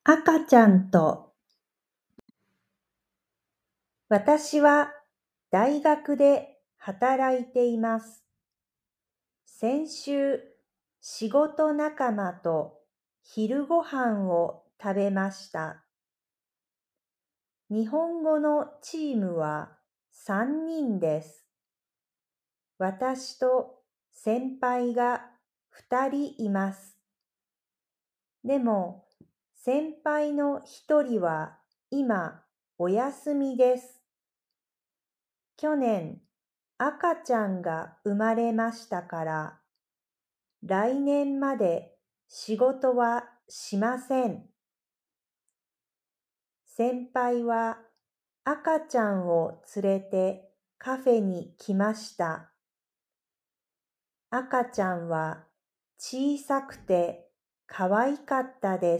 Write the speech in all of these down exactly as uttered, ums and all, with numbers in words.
赤ちゃんと。私は大学で働いています。先週、仕事仲間と昼ご飯を食べました。日本語のチームはさんにんです。私と先輩がふたりいます。でも、先輩のひとりは今お休みです。去年、赤ちゃんが生まれましたから、来年まで仕事はしません。先輩は赤ちゃんを連れてカフェに来ました。赤ちゃんは小さくて可愛かったです。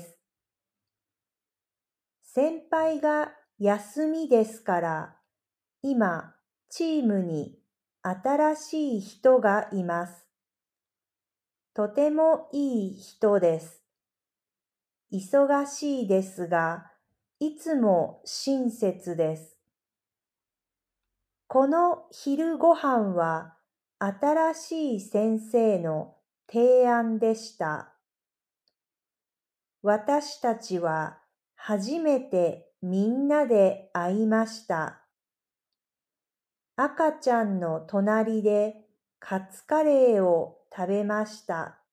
先輩が休みですから、今チームに新しい人がいます。とてもいい人です。忙しいですが、いつも親切です。この昼ご飯は新しい先生の提案でした。私たちは初めてみんなで会いました。赤ちゃんの隣でカツカレーを食べました。